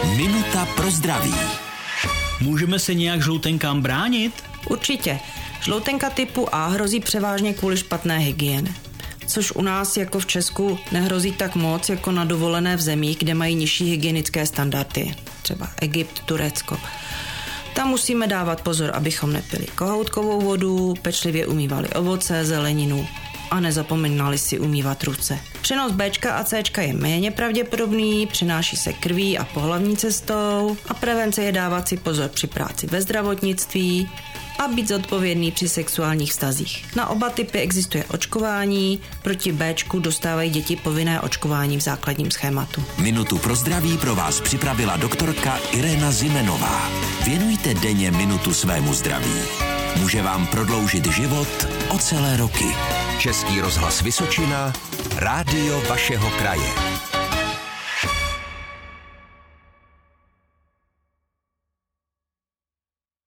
Minuta pro zdraví. Můžeme se nějak žloutenkám bránit? Určitě. Žloutenka typu A hrozí převážně kvůli špatné hygieně. Což u nás jako v Česku nehrozí tak moc jako na dovolené v zemích, kde mají nižší hygienické standardy. Třeba Egypt, Turecko. Tam musíme dávat pozor, abychom nepili kohoutkovou vodu, pečlivě umývali ovoce, zeleninu a nezapomínali si umývat ruce. Přenos Bčka a Cčka je méně pravděpodobný, přenáší se krví a pohlavní cestou a prevence je dávat si pozor při práci ve zdravotnictví a být zodpovědný při sexuálních vztazích. Na oba typy existuje očkování, proti Bčku dostávají děti povinné očkování v základním schématu. Minutu pro zdraví pro vás připravila doktorka Irena Zimenová. Věnujte denně minutu svému zdraví. Může vám prodloužit život o celé roky. Český rozhlas Vysočina, rádio vašeho kraje.